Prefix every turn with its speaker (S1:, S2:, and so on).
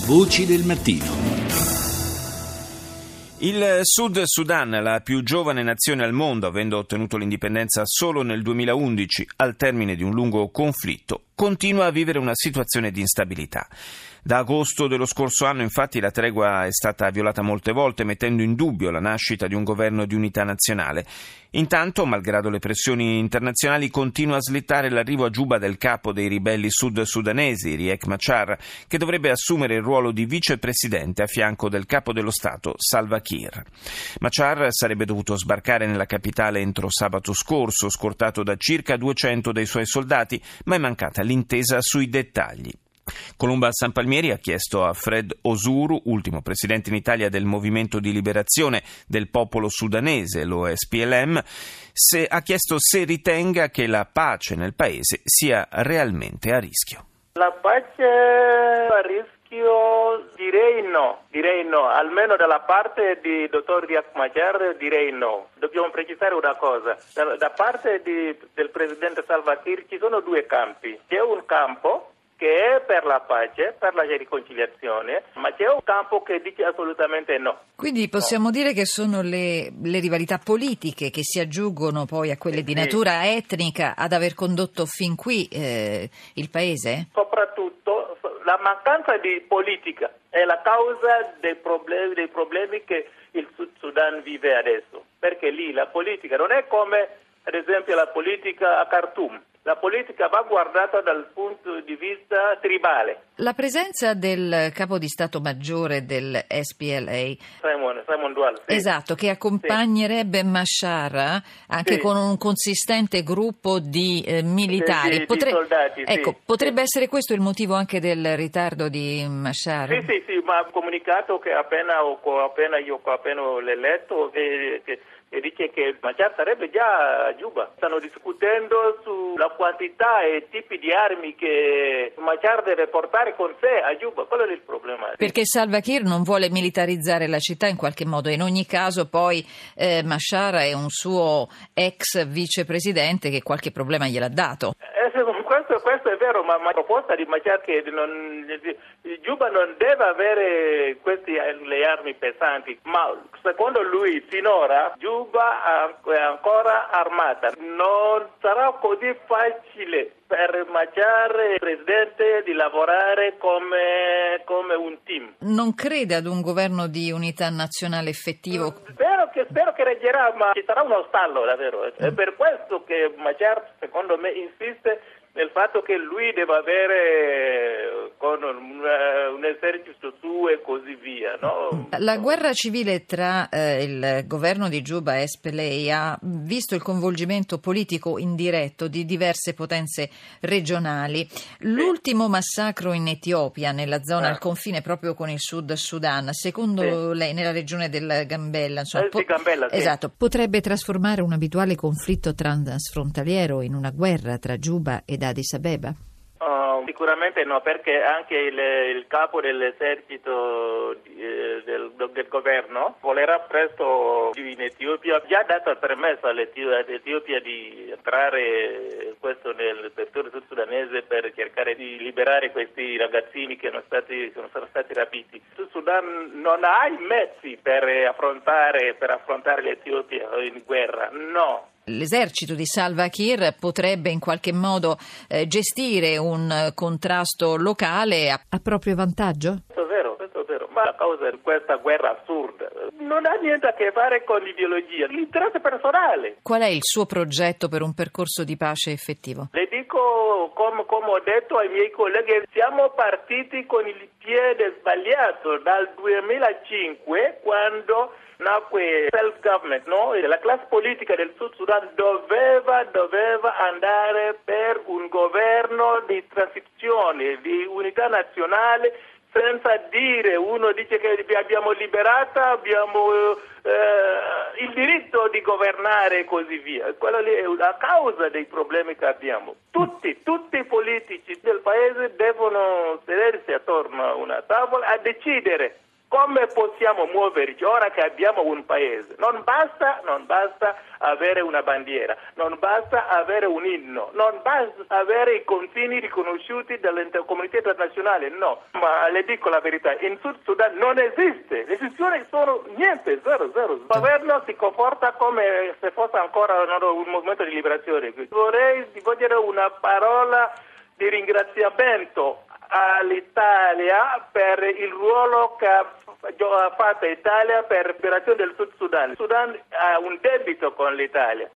S1: Voci del mattino.
S2: Il Sud Sudan, la più giovane nazione al mondo, avendo ottenuto l'indipendenza solo nel 2011, al termine di un lungo conflitto, continua a vivere una situazione di instabilità. Da agosto dello scorso anno, infatti, la tregua è stata violata molte volte, mettendo in dubbio la nascita di un governo di unità nazionale. Intanto, malgrado le pressioni internazionali, continua a slittare l'arrivo a Giuba del capo dei ribelli sud-sudanesi, Riek Machar, che dovrebbe assumere il ruolo di vicepresidente a fianco del capo dello Stato, Salva Kiir. Machar sarebbe dovuto sbarcare nella capitale entro sabato scorso, scortato da circa 200 dei suoi soldati, ma è mancata l'intesa sui dettagli. Colomba San Palmieri ha chiesto a Fred Osuru, ultimo presidente in Italia del Movimento di Liberazione del Popolo Sudanese, lo SPLM, se ritenga che la pace nel paese sia realmente a rischio.
S3: La pace a rischio direi no, almeno dalla parte di dottor Riek Machar direi no. Dobbiamo precisare una cosa, da parte del presidente Salva Kiir ci sono due campi, c'è un campo che è per la pace, per la riconciliazione, ma c'è un campo che dice assolutamente no.
S4: Quindi possiamo dire che sono le rivalità politiche che si aggiungono poi a quelle di natura etnica ad aver condotto fin qui il paese?
S3: Soprattutto la mancanza di politica è la causa dei problemi che il Sud Sudan vive adesso, perché lì la politica non è come ad esempio la politica a Khartoum. La politica va guardata dal punto di vista tribale.
S4: La presenza del capo di Stato Maggiore del SPLA,
S3: Simon Dual, sì.
S4: Esatto, che accompagnerebbe Machar anche con un consistente gruppo di militari.
S3: Di soldati,
S4: ecco, potrebbe essere questo il motivo anche del ritardo di Machar?
S3: Sì, ma ha comunicato che appena io ho letto che dice che Machar sarebbe già a Giuba. Stanno discutendo sulla quantità e tipi di armi che Machar deve portare con sé a Giuba. Quello è il problema.
S4: Perché Salva Kiir non vuole militarizzare la città in qualche modo. In ogni caso poi Machar è un suo ex vicepresidente che qualche problema gliel'ha dato.
S3: Questo è vero, ma la proposta di Machar che Giuba non deve avere le armi pesanti, ma secondo lui finora Giuba è ancora armata. Non sarà così facile per Machar, presidente, di lavorare come un team.
S4: Non crede ad un governo di unità nazionale effettivo?
S3: Spero che reggerà, ma ci sarà uno stallo davvero. È per questo che Machar, secondo me, insiste nel fatto che lui deve avere con un esercito suo e così via, no?
S4: La guerra civile tra il governo di Giuba e SPLA ha visto il coinvolgimento politico indiretto di diverse potenze regionali. L'ultimo massacro in Etiopia, nella zona al confine proprio con il Sud Sudan, secondo lei, nella regione del Gambella, insomma,
S3: Gambella,
S4: esatto, potrebbe trasformare un abituale conflitto transfrontaliero in una guerra tra Giuba ed Addis Abeba?
S3: Sicuramente no, perché anche il capo dell'esercito del governo volerà presto in Etiopia. Ha già dato il permesso all'Etiopia di entrare nel territorio sud-sudanese per cercare di liberare questi ragazzini che sono stati rapiti. Il Sudan non ha i mezzi per affrontare l'Etiopia in guerra, no.
S4: L'esercito di Salva Kiir potrebbe in qualche modo gestire un contrasto locale a proprio vantaggio?
S3: Questo è vero, ma a causa di questa guerra assurda non ha niente a che fare con l'ideologia, l'interesse personale.
S4: Qual è il suo progetto per un percorso di pace effettivo?
S3: Le dico, come ho detto ai miei colleghi, siamo partiti con il piede sbagliato dal 2005, quando nacque self-government, no? La classe politica del Sud Sudan doveva andare per un governo di transizione, di unità nazionale, senza dire, uno dice che abbiamo liberata, abbiamo il diritto di governare e così via. Quella lì è la causa dei problemi che abbiamo. Tutti i politici del paese devono sedersi attorno a una tavola a decidere come possiamo muoverci ora che abbiamo un paese? Non basta avere una bandiera, non basta avere un inno, non basta avere i confini riconosciuti dall'intercomunità internazionale, no. Ma le dico la verità, in Sud Sudan non esiste, le istituzioni sono niente, zero. Il governo si comporta come se fosse ancora un movimento di liberazione. Vorrei dire una parola di ringraziamento all'Italia per il ruolo che ha fatto l'Italia per la liberazione del Sud Sudan. Il Sudan ha un debito con l'Italia.